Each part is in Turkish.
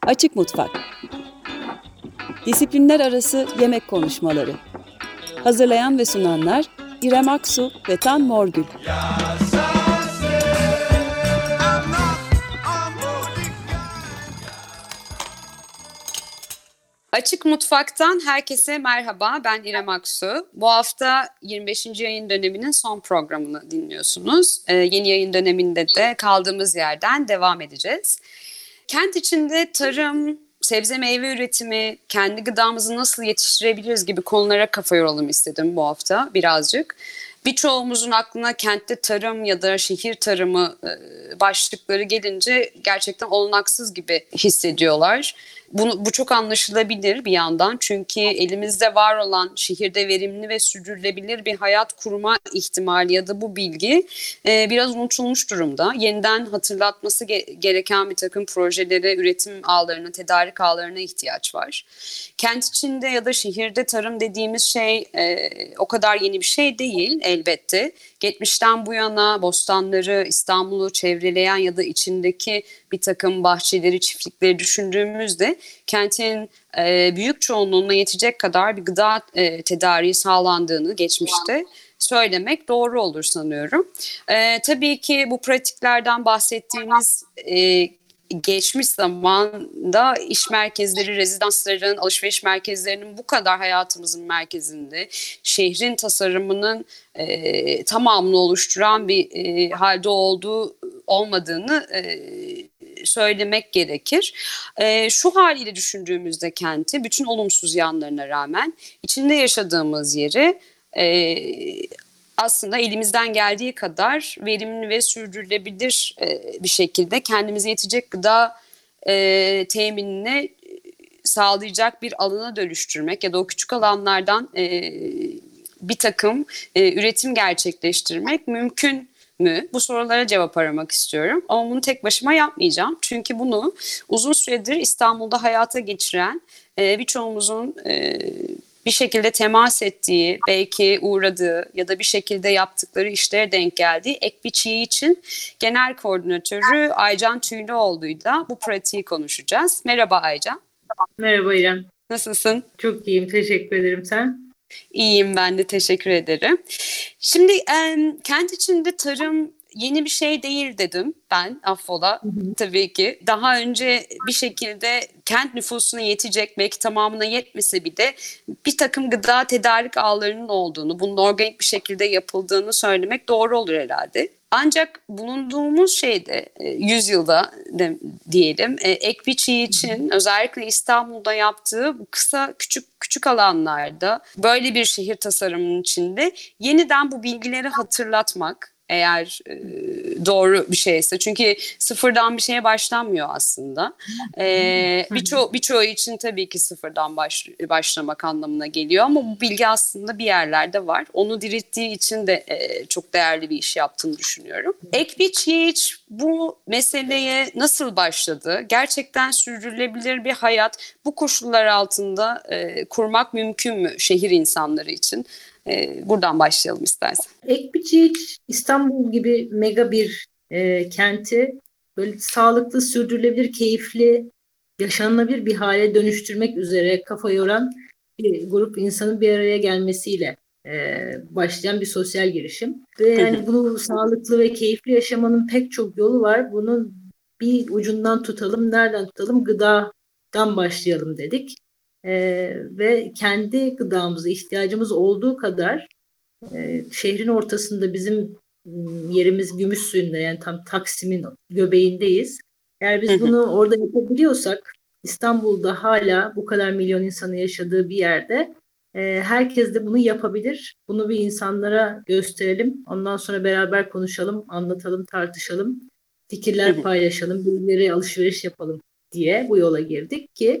Açık Mutfak. Disiplinler arası yemek konuşmaları. Hazırlayan ve sunanlar İrem Aksu ve Tan Morgül. Açık Mutfak'tan herkese merhaba, ben İrem Aksu. Bu hafta 25. yayın döneminin son programını dinliyorsunuz. Yeni yayın döneminde de kaldığımız yerden devam edeceğiz. Kent içinde tarım, sebze meyve üretimi, kendi gıdamızı nasıl yetiştirebiliriz gibi konulara kafa yoralım istedim bu hafta birazcık. Birçoğumuzun aklına kentte tarım ya da şehir tarımı başlıkları gelince gerçekten olanaksız gibi hissediyorlar. Bu çok anlaşılabilir bir yandan, çünkü elimizde var olan şehirde verimli ve sürdürülebilir bir hayat kurma ihtimali ya da bu bilgi biraz unutulmuş durumda. Yeniden hatırlatması gereken bir takım projelere, üretim ağlarına, tedarik ağlarına ihtiyaç var. Kent içinde ya da şehirde tarım dediğimiz şey o kadar yeni bir şey değil elbette. Geçmişten bu yana bostanları, İstanbul'u çevreleyen ya da içindeki bir takım bahçeleri, çiftlikleri düşündüğümüzde kentin büyük çoğunluğuna yetecek kadar bir gıda tedariği sağlandığını geçmişte söylemek doğru olur sanıyorum. Tabii ki bu pratiklerden bahsettiğimiz geçmiş zamanda iş merkezleri, rezidansların, alışveriş merkezlerinin bu kadar hayatımızın merkezinde, şehrin tasarımının tamamını oluşturan bir halde olmadığını söylemek gerekir. Şu haliyle düşündüğümüzde kenti, bütün olumsuz yanlarına rağmen içinde yaşadığımız yeri aslında elimizden geldiği kadar verimli ve sürdürülebilir bir şekilde kendimize yetecek gıda teminini sağlayacak bir alana dönüştürmek ya da o küçük alanlardan bir takım üretim gerçekleştirmek mümkün mü? Bu sorulara cevap aramak istiyorum. Ama bunu tek başıma yapmayacağım. Çünkü bunu uzun süredir İstanbul'da hayata geçiren birçoğumuzun bir şekilde temas ettiği, belki uğradığı ya da bir şekilde yaptıkları işlere denk geldiği Ekbiçi için genel koordinatörü Aycan Tüylüoğlu'yla bu pratiği konuşacağız. Merhaba Aycan. Merhaba İrem. Nasılsın? Çok iyiyim, teşekkür ederim. Sen? İyiyim, ben de teşekkür ederim. Şimdi kent içinde tarım yeni bir şey değil dedim ben, affola. Tabii ki. Daha önce bir şekilde kent nüfusuna yetecek, belki tamamına yetmese bile bir takım gıda tedarik ağlarının olduğunu, bunun organik bir şekilde yapıldığını söylemek doğru olur herhalde. Ancak bulunduğumuz şeyde yüzyılda diyelim Ekbiçi için özellikle İstanbul'da yaptığı bu kısa küçük alanlarda böyle bir şehir tasarımının içinde yeniden bu bilgileri hatırlatmak, eğer doğru bir şeyse, çünkü sıfırdan bir şeye başlanmıyor aslında. Birçoğu için tabii ki sıfırdan başlamak anlamına geliyor, ama bu bilgi aslında bir yerlerde var. Onu dirilttiği için de çok değerli bir iş yaptığını düşünüyorum. Ekbiçi bu meseleye nasıl başladı? Gerçekten sürdürülebilir bir hayat bu koşullar altında kurmak mümkün mü şehir insanları için? Buradan başlayalım istersen. Ekbiçi İstanbul gibi mega bir kenti böyle sağlıklı, sürdürülebilir, keyifli, yaşanılabilir bir hale dönüştürmek üzere kafa yoran bir grup insanın bir araya gelmesiyle başlayan bir sosyal girişim. Ve yani bunu sağlıklı ve keyifli yaşamanın pek çok yolu var. Bunun bir ucundan tutalım, nereden tutalım? Gıdadan başlayalım dedik. Ve kendi gıdamıza ihtiyacımız olduğu kadar şehrin ortasında bizim yerimiz Gümüşsuyu'nda, yani tam Taksim'in göbeğindeyiz. Eğer biz bunu orada yapabiliyorsak, İstanbul'da hala bu kadar milyon insanın yaşadığı bir yerde herkes de bunu yapabilir. Bunu bir insanlara gösterelim. Ondan sonra beraber konuşalım, anlatalım, tartışalım, fikirler paylaşalım, bilgileri alışveriş yapalım diye bu yola girdik ki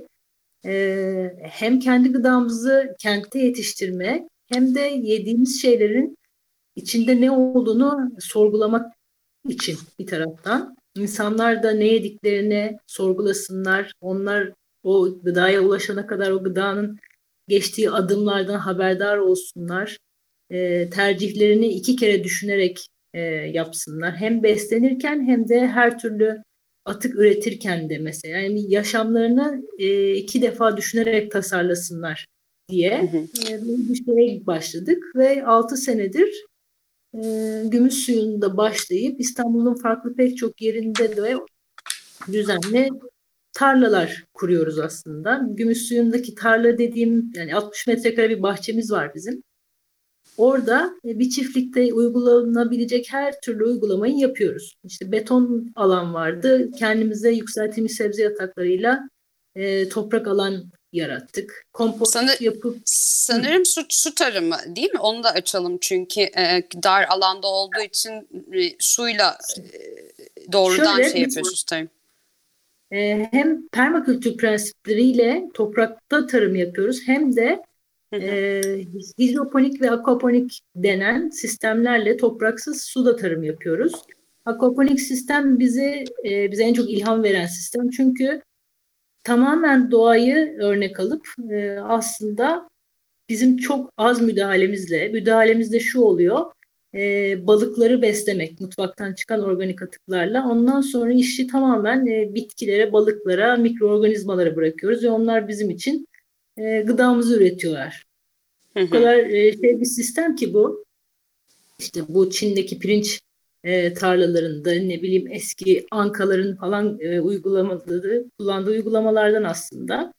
hem kendi gıdamızı kentte yetiştirmek hem de yediğimiz şeylerin içinde ne olduğunu sorgulamak için bir taraftan. İnsanlar da ne yediklerini sorgulasınlar. Onlar o gıdaya ulaşana kadar o gıdanın geçtiği adımlardan haberdar olsunlar. Tercihlerini 2 kere düşünerek yapsınlar. Hem beslenirken hem de her türlü atık üretirken de mesela yani yaşamlarını 2 defa düşünerek tasarlasınlar diye böyle bir şeye başladık ve 6 senedir gümüş suyunda başlayıp İstanbul'un farklı pek çok yerinde de düzenli tarlalar kuruyoruz aslında. Gümüş suyundaki tarla dediğim yani 60 metrekare bir bahçemiz var bizim. Orada bir çiftlikte uygulanabilecek her türlü uygulamayı yapıyoruz. İşte beton alan vardı. Kendimize yükseltilmiş sebze yataklarıyla toprak alan yarattık. Kompost yapıp sanırım su tarımı değil mi? Onu da açalım çünkü dar alanda olduğu için suyla doğrudan yapıyorsunuz tarım. Hem permakültür prensipleriyle toprakta tarım yapıyoruz hem de hidroponik ve aquaponik denen sistemlerle topraksız suda tarım yapıyoruz. Aquaponik sistem bize en çok ilham veren sistem çünkü tamamen doğayı örnek alıp aslında bizim çok az müdahalemizde şu oluyor. Balıkları beslemek, mutfaktan çıkan organik atıklarla. Ondan sonra işi tamamen bitkilere, balıklara, mikroorganizmalara bırakıyoruz ve onlar bizim için gıdamızı üretiyorlar. Bu kadar bir sistem ki bu. İşte bu Çin'deki pirinç tarlalarında ne bileyim eski ankaların falan kullandığı uygulamalardan aslında.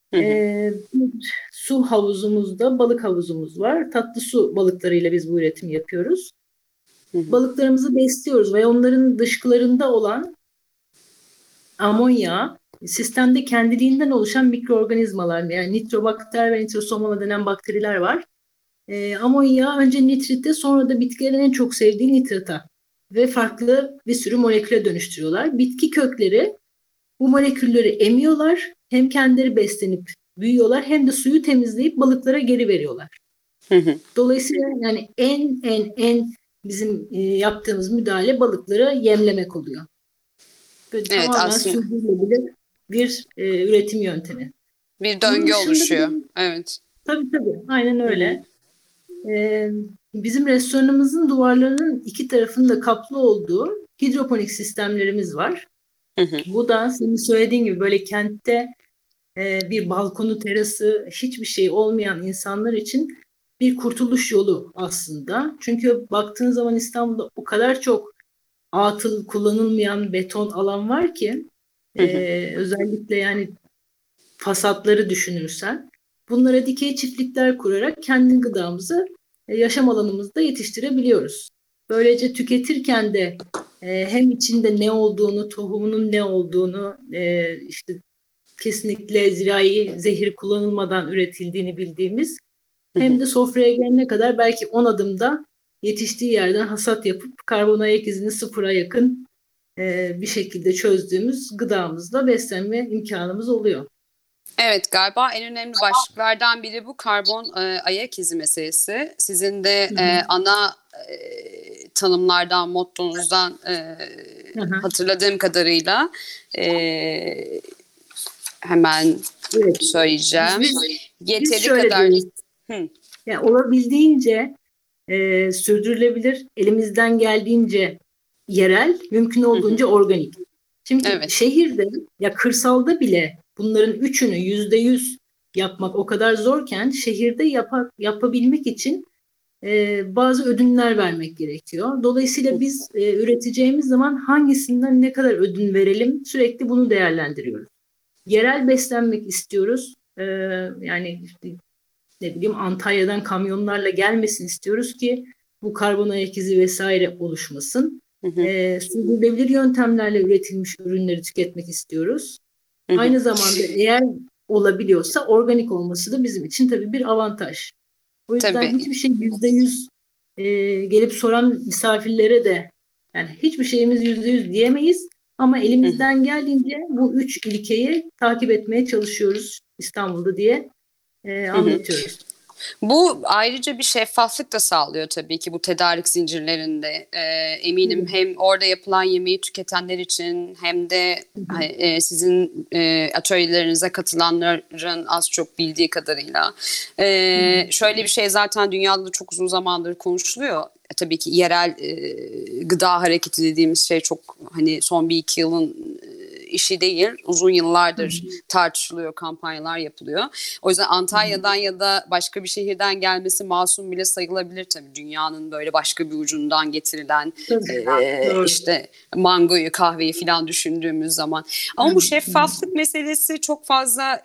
Su havuzumuzda balık havuzumuz var. Tatlı su balıklarıyla biz bu üretimi yapıyoruz. Balıklarımızı besliyoruz ve onların dışkılarında olan amonya sistemde kendiliğinden oluşan mikroorganizmalar yani nitrobakter ve nitrosomala denen bakteriler var. Amonya önce nitrite sonra da bitkilerin en çok sevdiği nitrata ve farklı bir sürü moleküle dönüştürüyorlar. Bitki kökleri bu molekülleri emiyorlar. Hem kendileri beslenip büyüyorlar hem de suyu temizleyip balıklara geri veriyorlar. Dolayısıyla yani en bizim yaptığımız müdahale balıkları yemlemek oluyor. Böyle tamamen sürdürülebilir bir üretim yöntemi. Bir döngü oluşuyor. Evet. Tabii. Aynen öyle. Bizim restoranımızın duvarlarının 2 tarafında kaplı olduğu hidroponik sistemlerimiz var. Bu da senin söylediğin gibi böyle kentte bir balkonu, terası, hiçbir şey olmayan insanlar için bir kurtuluş yolu aslında. Çünkü baktığın zaman İstanbul'da o kadar çok atıl kullanılmayan beton alan var ki özellikle yani fasatları düşünürsen bunlara dikey çiftlikler kurarak kendi gıdamızı yaşam alanımızda yetiştirebiliyoruz. Böylece tüketirken de hem içinde ne olduğunu, tohumunun ne olduğunu, işte kesinlikle zirai zehir kullanılmadan üretildiğini bildiğimiz hem de sofraya gelene kadar belki 10 adımda yetiştiği yerden hasat yapıp karbon ayak izini sıfıra yakın bir şekilde çözdüğümüz gıdamızla beslenme imkanımız oluyor. Evet, galiba en önemli başlıklardan biri bu karbon ayak izi meselesi. Sizin de ana tanımlardan, mottonuzdan hatırladığım kadarıyla hemen söyleyeceğim. Yeteri kadar. Yani olabildiğince sürdürülebilir, elimizden geldiğince yerel, mümkün olduğunca organik. Şimdi şehirde ya kırsalda bile bunların üçünü %100 yapmak o kadar zorken şehirde yapabilmek için bazı ödünler vermek gerekiyor. Dolayısıyla biz üreteceğimiz zaman hangisinden ne kadar ödün verelim sürekli bunu değerlendiriyoruz. Yerel beslenmek istiyoruz. Yani işte, ne bileyim Antalya'dan kamyonlarla gelmesin istiyoruz ki bu karbon ayak izi vesaire oluşmasın. Sürdürülebilir yöntemlerle üretilmiş ürünleri tüketmek istiyoruz. Aynı zamanda eğer olabiliyorsa organik olması da bizim için tabii bir avantaj. O yüzden hiçbir şey %100 gelip soran misafirlere de yani hiçbir şeyimiz %100 diyemeyiz ama elimizden geldiğince bu 3 ilkeyi takip etmeye çalışıyoruz İstanbul'da diye anlatıyoruz. Bu ayrıca bir şeffaflık da sağlıyor tabii ki bu tedarik zincirlerinde. Eminim hem orada yapılan yemeği tüketenler için hem de sizin atölyelerinize katılanların az çok bildiği kadarıyla. Şöyle bir şey zaten dünyada da çok uzun zamandır konuşuluyor. Tabii ki yerel gıda hareketi dediğimiz şey çok hani son 1-2 yılın işi değil. Uzun yıllardır tartışılıyor, kampanyalar yapılıyor. O yüzden Antalya'dan ya da başka bir şehirden gelmesi masum bile sayılabilir tabii. Dünyanın böyle başka bir ucundan getirilen işte mangoyu, kahveyi falan düşündüğümüz zaman. Ama bu şeffaflık meselesi çok fazla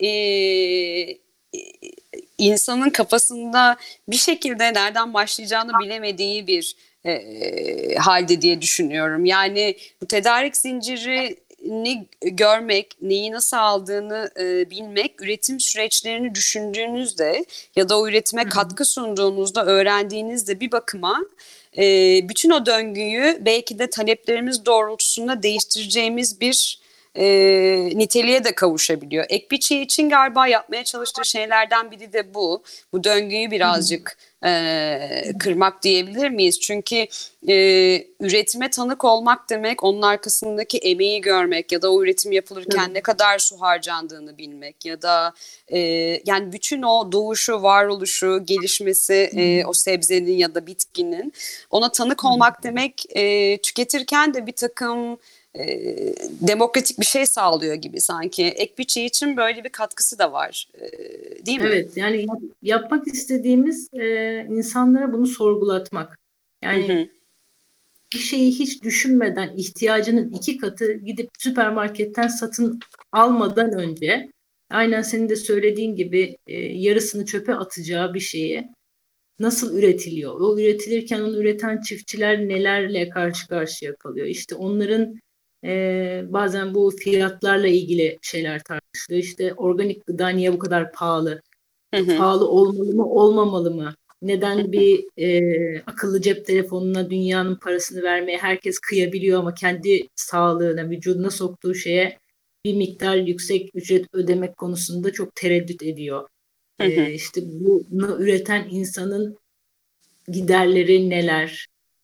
insanın kafasında bir şekilde nereden başlayacağını bilemediği bir halde diye düşünüyorum. Yani bu tedarik zincirini görmek, neyi nasıl aldığını bilmek, üretim süreçlerini düşündüğünüzde ya da o üretime katkı sunduğunuzda, öğrendiğinizde bir bakıma bütün o döngüyü belki de taleplerimiz doğrultusunda değiştireceğimiz bir niteliğe de kavuşabiliyor. Ekbiçi için galiba yapmaya çalıştığı şeylerden biri de bu. Bu döngüyü birazcık kırmak diyebilir miyiz? Çünkü üretime tanık olmak demek, onun arkasındaki emeği görmek ya da o üretim yapılırken ne kadar su harcandığını bilmek ya da yani bütün o doğuşu, varoluşu, gelişmesi o sebzenin ya da bitkinin ona tanık olmak demek, tüketirken de bir takım demokratik bir şey sağlıyor gibi sanki. Ekbiçi için böyle bir katkısı da var, değil mi? Evet, yani yapmak istediğimiz insanlara bunu sorgulatmak. Yani bir şeyi hiç düşünmeden ihtiyacının 2 katı gidip süpermarketten satın almadan önce aynen senin de söylediğin gibi yarısını çöpe atacağı bir şeyi nasıl üretiliyor? O üretilirken onu üreten çiftçiler nelerle karşı karşıya kalıyor? İşte onların bazen bu fiyatlarla ilgili şeyler tartışılıyor. İşte organik gıda niye bu kadar pahalı? Pahalı olmalı mı, olmamalı mı? Neden bir akıllı cep telefonuna dünyanın parasını vermeye herkes kıyabiliyor ama kendi sağlığına, vücuduna soktuğu şeye bir miktar yüksek ücret ödemek konusunda çok tereddüt ediyor. İşte bunu üreten insanın giderleri neler?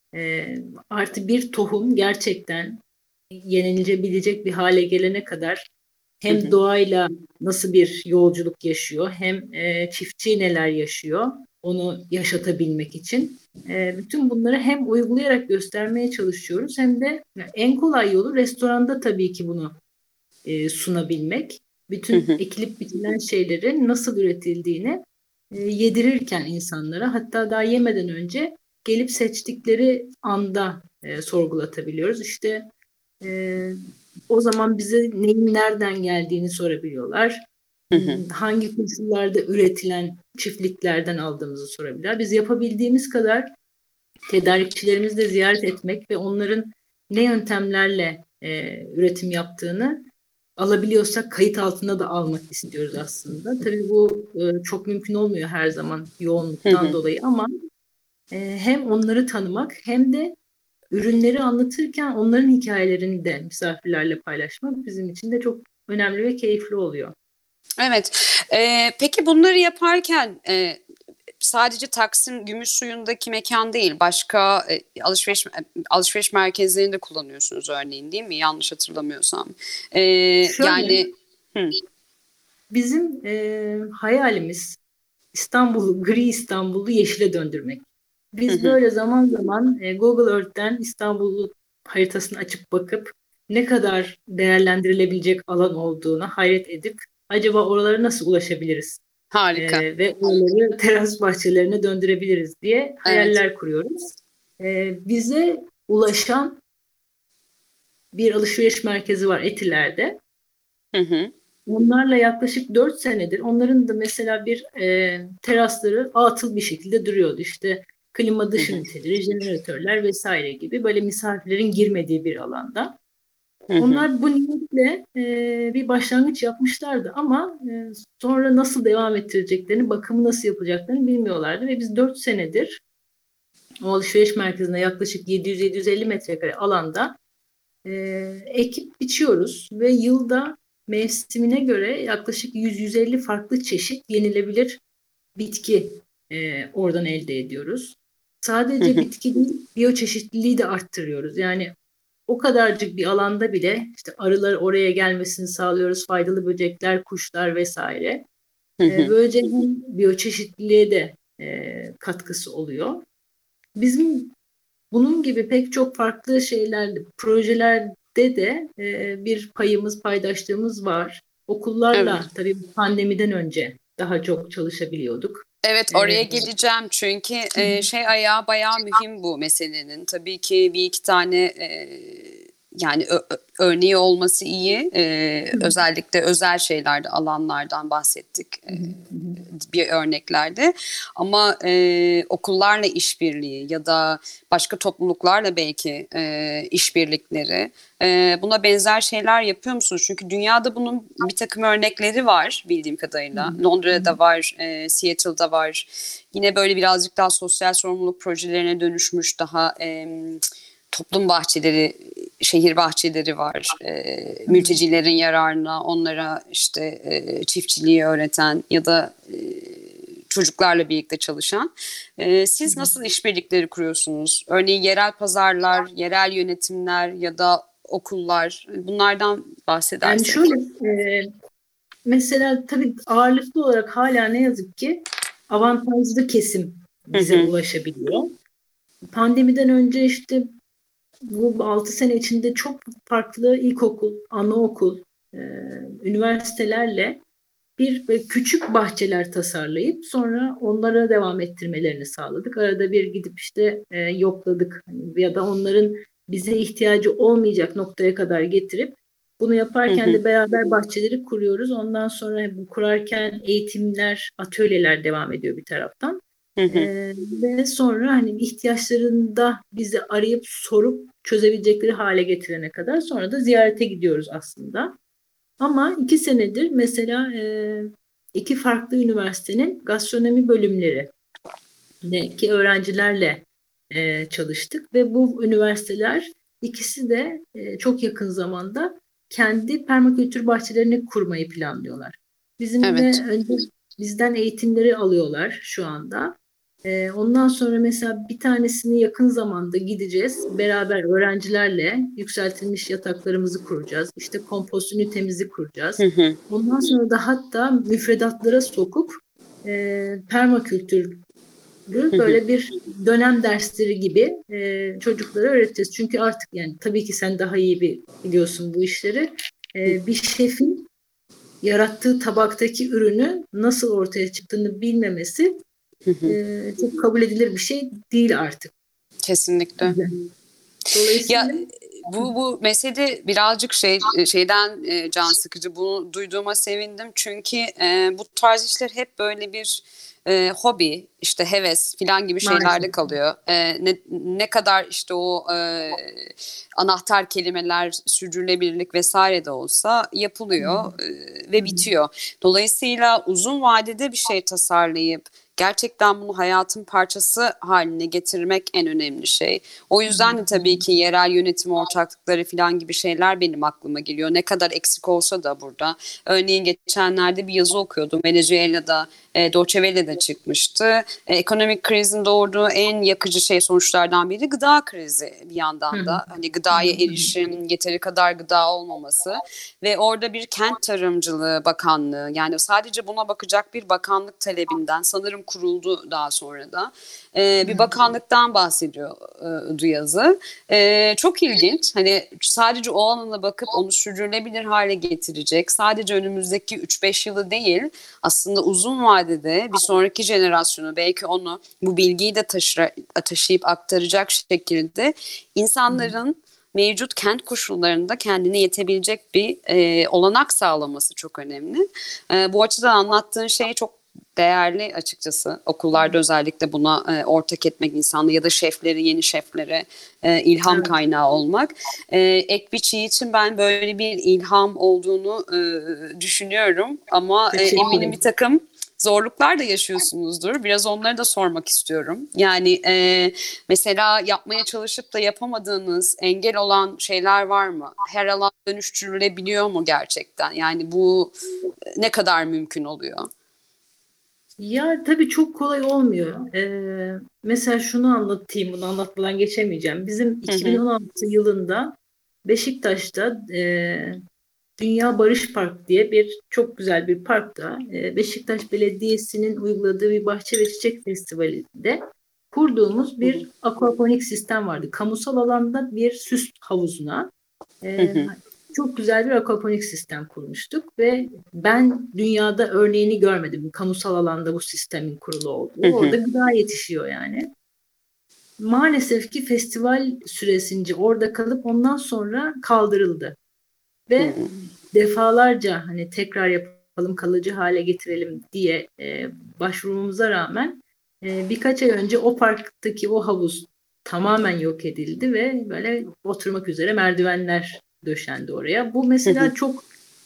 Artı bir tohum gerçekten yenilebilecek bir hale gelene kadar hem doğayla nasıl bir yolculuk yaşıyor, hem çiftçi neler yaşıyor, onu yaşatabilmek için. Bütün bunları hem uygulayarak göstermeye çalışıyoruz, hem de en kolay yolu restoranda tabii ki bunu sunabilmek. Bütün ekilip biçilen şeylerin nasıl üretildiğini yedirirken insanlara, hatta daha yemeden önce gelip seçtikleri anda sorgulatabiliyoruz. İşte o zaman bize neyin nereden geldiğini sorabiliyorlar. Hangi koşullarda üretilen çiftliklerden aldığımızı sorabilirler. Biz yapabildiğimiz kadar tedarikçilerimizi de ziyaret etmek ve onların ne yöntemlerle üretim yaptığını alabiliyorsak kayıt altına da almak istiyoruz aslında. Tabii bu çok mümkün olmuyor her zaman yoğunluktan dolayı, ama hem onları tanımak hem de ürünleri anlatırken onların hikayelerini de misafirlerle paylaşmak bizim için de çok önemli ve keyifli oluyor. Evet. Peki bunları yaparken sadece Taksim Gümüşsuyu'ndaki mekan değil, başka alışveriş merkezlerinde kullanıyorsunuz örneğin, değil mi? Yanlış hatırlamıyorsam. Yani bizim hayalimiz gri İstanbul'u yeşile döndürmek. Biz böyle zaman zaman Google Earth'ten İstanbul'u haritasını açıp bakıp ne kadar değerlendirilebilecek alan olduğuna hayret edip acaba oralara nasıl ulaşabiliriz? Harika. Ve oraları teras bahçelerine döndürebiliriz diye hayaller kuruyoruz. Bize ulaşan bir alışveriş merkezi var Etiler'de. Onlarla yaklaşık 4 senedir, onların da mesela bir terasları atıl bir şekilde duruyordu. İşte klima dış üniteleri, jeneratörler vesaire gibi böyle misafirlerin girmediği bir alanda. Onlar bu niyetle bir başlangıç yapmışlardı ama sonra nasıl devam ettireceklerini, bakımı nasıl yapacaklarını bilmiyorlardı ve biz 4 senedir o alışveriş merkezinde yaklaşık 700-750 metrekare alanda ekip biçiyoruz ve yılda mevsimine göre yaklaşık 100-150 farklı çeşit yenilebilir bitki oradan elde ediyoruz. Sadece bitki değil, biyoçeşitliliği de arttırıyoruz. Yani o kadarcık bir alanda bile işte arılar oraya gelmesini sağlıyoruz. Faydalı böcekler, kuşlar vesaire. Böylece biyoçeşitliliğe de katkısı oluyor. Bizim bunun gibi pek çok farklı projeler de bir paydaşlığımız var. Okullarla Evet. tabii pandemiden önce daha çok çalışabiliyorduk. Evet, oraya geleceğim çünkü şey ayağı bayağı mühim bu meselenin. Tabii ki bir iki tane yani örneği olması iyi. Özellikle özel şeylerde, alanlardan bahsettik bir örneklerde. Ama okullarla işbirliği ya da başka topluluklarla belki işbirlikleri, buna benzer şeyler yapıyor musunuz? Çünkü dünyada bunun bir takım örnekleri var bildiğim kadarıyla. Londra'da var, Seattle'da var. Yine böyle birazcık daha sosyal sorumluluk projelerine dönüşmüş daha toplum bahçeleri, şehir bahçeleri var. Mültecilerin yararına, onlara işte çiftçiliği öğreten ya da çocuklarla birlikte çalışan. Siz nasıl işbirlikleri kuruyorsunuz? Örneğin yerel pazarlar, yerel yönetimler ya da okullar, bunlardan Yani bahsedersek. şöyle mesela tabii ağırlıklı olarak hala ne yazık ki avantajlı kesim bize ulaşabiliyor. Pandemiden önce işte bu 6 sene içinde çok farklı ilkokul, anaokul, üniversitelerle bir küçük bahçeler tasarlayıp sonra onlara devam ettirmelerini sağladık. Arada bir gidip işte yokladık ya da onların bize ihtiyacı olmayacak noktaya kadar getirip bunu yaparken de beraber bahçeleri kuruyoruz. Ondan sonra bu kurarken eğitimler, atölyeler devam ediyor bir taraftan. Ve sonra hani ihtiyaçlarında bizi arayıp sorup çözebilecekleri hale getirene kadar sonra da ziyarete gidiyoruz aslında. Ama 2 senedir mesela 2 farklı üniversitenin gastronomi bölümlerindeki öğrencilerle çalıştık ve bu üniversiteler ikisi de çok yakın zamanda kendi permakültür bahçelerini kurmayı planlıyorlar. Evet. Bizden eğitimleri alıyorlar şu anda. Ondan sonra mesela bir tanesini yakın zamanda gideceğiz. Beraber öğrencilerle yükseltilmiş yataklarımızı kuracağız. İşte kompost ünitemizi kuracağız. Ondan sonra da hatta müfredatlara sokup permakültürü böyle bir dönem dersleri gibi çocuklara öğreteceğiz. Çünkü artık yani tabii ki sen daha iyi biliyorsun bu işleri. Bir şefin yarattığı tabaktaki ürünü nasıl ortaya çıktığını bilmemesi çok kabul edilir bir şey değil artık. Kesinlikle. Dolayısıyla Ya bu mesele birazcık şeyden can sıkıcı. Bunu duyduğuma sevindim çünkü bu tarz işler hep böyle bir hobi, işte heves filan gibi şeylerde maalesef. kalıyor. Ne kadar işte o anahtar kelimeler, sürdürülebilirlik vesaire de olsa yapılıyor ve bitiyor. Dolayısıyla uzun vadede bir şey tasarlayıp gerçekten bunu hayatın parçası haline getirmek en önemli şey. O yüzden de tabii ki yerel yönetim ortaklıkları falan gibi şeyler benim aklıma geliyor. Ne kadar eksik olsa da burada. Örneğin geçenlerde bir yazı okuyordum. Venezuela'da, Deutsche Welle'de çıkmıştı. Ekonomik krizin doğurduğu en yakıcı sonuçlardan biri gıda krizi bir yandan da. Hani gıdaya erişim, yeteri kadar gıda olmaması ve orada bir kent tarımcılığı bakanlığı, yani sadece buna bakacak bir bakanlık talebinden sanırım kuruldu daha sonra da. Bir bakanlıktan bahsediyordu yazı. Çok ilginç. Hani sadece o alana bakıp onu sürdürülebilir hale getirecek. Sadece önümüzdeki 3-5 yılı değil, aslında uzun vadede bir sonraki jenerasyonu belki onu bu bilgiyi de taşıyıp aktaracak şekilde insanların mevcut kent koşullarında kendine yetebilecek bir olanak sağlaması çok önemli. Bu açıdan anlattığın şey çok değerli açıkçası. Okullarda özellikle buna ortak etmek insanı ya da yeni şeflere ilham kaynağı olmak. Ek bir çiğ için ben böyle bir ilham olduğunu düşünüyorum ama eminim bir takım zorluklar da yaşıyorsunuzdur. Biraz onları da sormak istiyorum. Yani mesela yapmaya çalışıp da yapamadığınız, engel olan şeyler var mı? Her alan dönüştürülebiliyor mu gerçekten? Yani bu ne kadar mümkün oluyor? Ya tabii çok kolay olmuyor. Mesela şunu anlatayım, bunu anlatmadan geçemeyeceğim. Bizim 2016 yılında Beşiktaş'ta Dünya Barış Park diye bir çok güzel bir parkta Beşiktaş Belediyesi'nin uyguladığı bir bahçe ve çiçek festivalinde kurduğumuz bir aquaponik sistem vardı. Kamusal alanda bir süs havuzuna Hı hı. Çok güzel bir aquaponik sistem kurmuştuk ve ben dünyada örneğini görmedim. Kamusal alanda bu sistemin kurulu olduğu. Hı hı. Orada gıda yetişiyor yani. Maalesef ki festival süresince orada kalıp ondan sonra kaldırıldı. Hı Ve hı. defalarca hani tekrar yapalım, kalıcı hale getirelim diye başvurmamıza rağmen birkaç ay önce o parktaki o havuz tamamen yok edildi ve böyle oturmak üzere merdivenler döşendi oraya. Bu Hı hı. mesela çok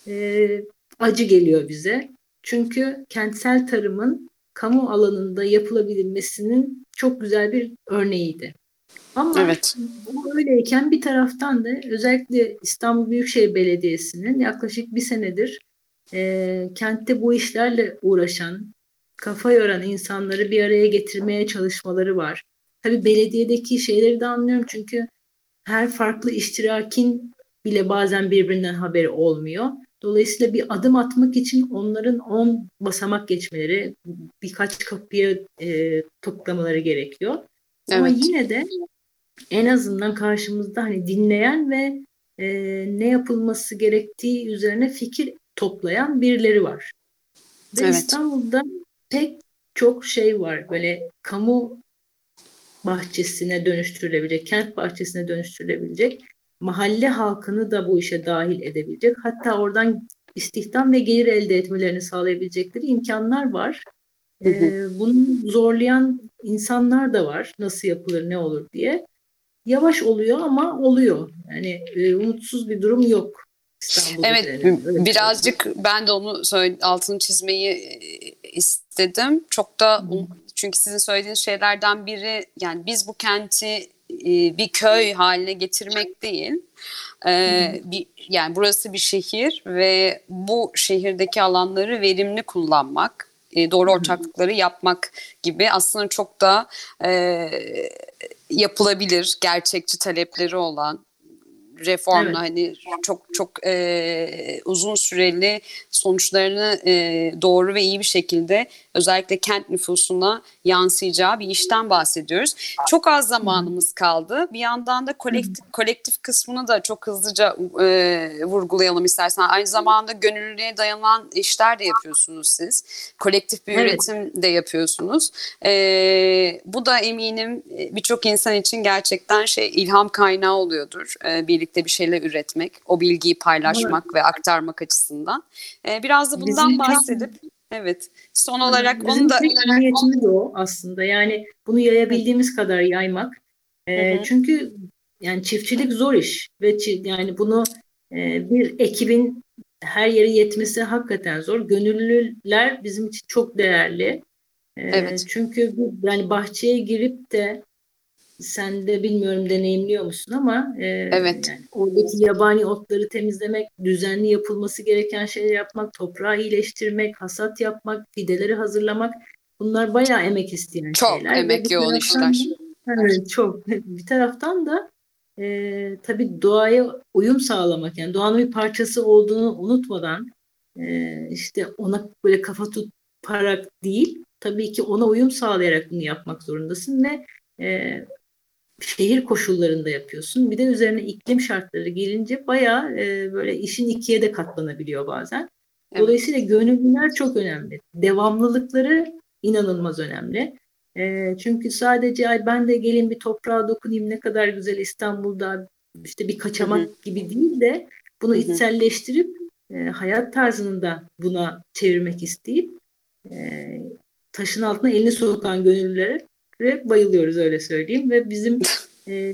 acı geliyor bize. Çünkü kentsel tarımın kamu alanında yapılabilmesinin çok güzel bir örneğiydi. Ama Evet. bu öyleyken bir taraftan da özellikle İstanbul Büyükşehir Belediyesi'nin yaklaşık bir senedir kentte bu işlerle uğraşan, kafa yoran insanları bir araya getirmeye çalışmaları var. Tabii belediyedeki şeyleri de anlıyorum çünkü her farklı iştirakin bile bazen birbirinden haberi olmuyor. Dolayısıyla bir adım atmak için onların 10 basamak geçmeleri, birkaç kapıya toplamaları gerekiyor. Ama Evet. yine de en azından karşımızda hani dinleyen ve ne yapılması gerektiği üzerine fikir toplayan birileri var. Ve Evet. İstanbul'da pek çok şey var. Böyle kamu bahçesine dönüştürülebilecek, kent bahçesine dönüştürülebilecek, mahalle halkını da bu işe dahil edebilecek, hatta oradan istihdam ve gelir elde etmelerini sağlayabilecekleri imkanlar var. Hı hı. Bunu zorlayan insanlar da var. Nasıl yapılır, ne olur diye. Yavaş oluyor ama oluyor. Yani umutsuz bir durum yok İstanbul Evet, üzerinde. Öyle söyleyeyim. birazcık ben de onu altını çizmeyi istedim. Çok da çünkü sizin söylediğiniz şeylerden biri, yani biz bu kenti bir köy haline getirmek değil. Yani burası bir şehir ve bu şehirdeki alanları verimli kullanmak, doğru ortaklıkları yapmak gibi aslında çok da yapılabilir, gerçekçi talepleri olan, reformla Evet. hani çok çok uzun süreli sonuçlarını doğru ve iyi bir şekilde özellikle kent nüfusuna yansıyacağı bir işten bahsediyoruz. Çok az zamanımız kaldı. Bir yandan da kolektif kısmını da çok hızlıca vurgulayalım istersen. Aynı zamanda gönüllülüğe dayanan işler de yapıyorsunuz siz. Kolektif bir Evet. üretim de yapıyorsunuz. Bu da eminim birçok insan için gerçekten ilham kaynağı oluyordur. Birlikte bir şeyler üretmek, o bilgiyi paylaşmak ve aktarmak açısından. Biraz da bundan Bizim tek, bahsedip, evet, son olarak onu bizim da... tek niyetimiz o aslında. Yani bunu yayabildiğimiz kadar yaymak. Hı hı. Çünkü yani çiftçilik zor iş ve yani bunu bir ekibin her yere yetmesi hakikaten zor. Gönüllüler bizim için çok değerli. Evet. Çünkü yani bahçeye girip de sen de bilmiyorum deneyimliyor musun ama Evet. yani oradaki yabani otları temizlemek, düzenli yapılması gereken şeyler yapmak, toprağı iyileştirmek, hasat yapmak, fideleri hazırlamak, bunlar bayağı emek isteyen Çok şeyler ve emek bir yoğun taraftan işler. da evet, çok bir taraftan da tabii doğaya uyum sağlamak, yani doğanın bir parçası olduğunu unutmadan işte ona böyle kafa tutarak değil, tabii ki ona uyum sağlayarak bunu yapmak zorundasın ve e, şehir koşullarında yapıyorsun. Bir de üzerine iklim şartları gelince bayağı böyle işin ikiye de katlanabiliyor bazen. Evet. Dolayısıyla gönüllüler çok önemli. Devamlılıkları inanılmaz önemli. Çünkü sadece ay ben de gelin bir toprağa dokunayım ne kadar güzel İstanbul'da işte bir Hı hı. kaçamak gibi değil de bunu Hı hı. içselleştirip hayat tarzını da buna çevirmek isteyip e, taşın altına elini sokan gönüllülere bayılıyoruz öyle söyleyeyim ve bizim e,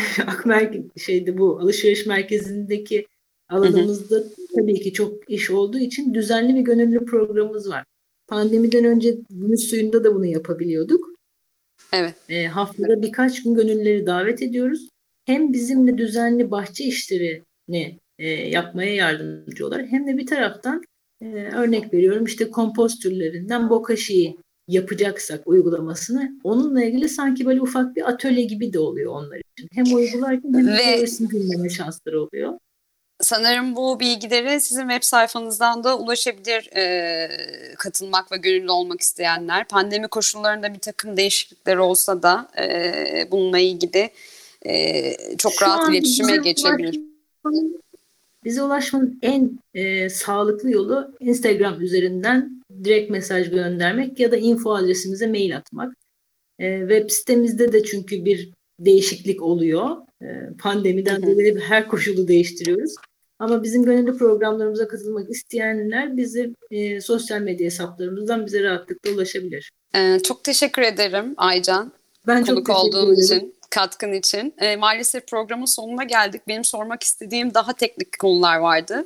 bu alışveriş merkezindeki Hı hı. alanımızda tabii ki çok iş olduğu için düzenli bir gönüllü programımız var. Pandemiden önce gümüş suyunda da bunu yapabiliyorduk. Evet. Haftada birkaç gün gönüllüleri davet ediyoruz. Hem bizimle düzenli bahçe işlerini yapmaya yardımcı olarak hem de bir taraftan örnek veriyorum işte kompost türlerinden bokashi yapacaksak uygulamasını onunla ilgili sanki böyle ufak bir atölye gibi de oluyor onlar için. Hem uygularken hem de Ve teorisini dinleme şansları oluyor. sanırım bu bilgileri sizin web sayfanızdan da ulaşabilir, katılmak ve gönüllü olmak isteyenler. Pandemi koşullarında bir takım değişiklikler olsa da bununla ilgili çok Şu rahat an iletişime geçebilir. Bize ulaşmanın en sağlıklı yolu Instagram üzerinden direkt mesaj göndermek ya da info adresimize mail atmak. Web sitemizde de çünkü bir değişiklik oluyor. Pandemiden dolayı her koşulu değiştiriyoruz. Ama bizim gönüllü programlarımıza katılmak isteyenler bizi sosyal medya hesaplarımızdan bize rahatlıkla ulaşabilir. Çok teşekkür ederim Aycan. Ben çok Konuk teşekkür olduğun ederim. için, katkın için. Maalesef programın sonuna geldik. Benim sormak istediğim daha teknik konular vardı.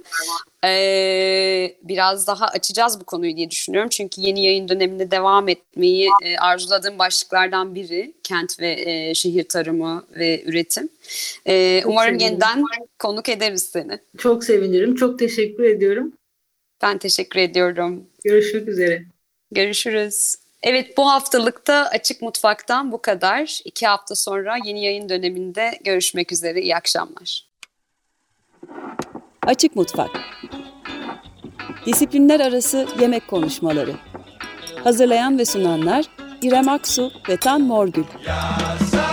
Biraz daha açacağız bu konuyu diye düşünüyorum. Çünkü yeni yayın döneminde devam etmeyi arzuladığım başlıklardan biri kent ve şehir tarımı ve üretim. Umarım yeniden konuk ederiz seni. Çok sevinirim. Çok teşekkür ediyorum. Ben teşekkür ediyorum. Görüşmek üzere. Görüşürüz. Evet, bu haftalıkta Açık Mutfak'tan bu kadar. 2 hafta sonra yeni yayın döneminde görüşmek üzere. İyi akşamlar. Açık Mutfak. Disiplinler arası yemek konuşmaları. Hazırlayan ve sunanlar İrem Aksu ve Tan Morgül.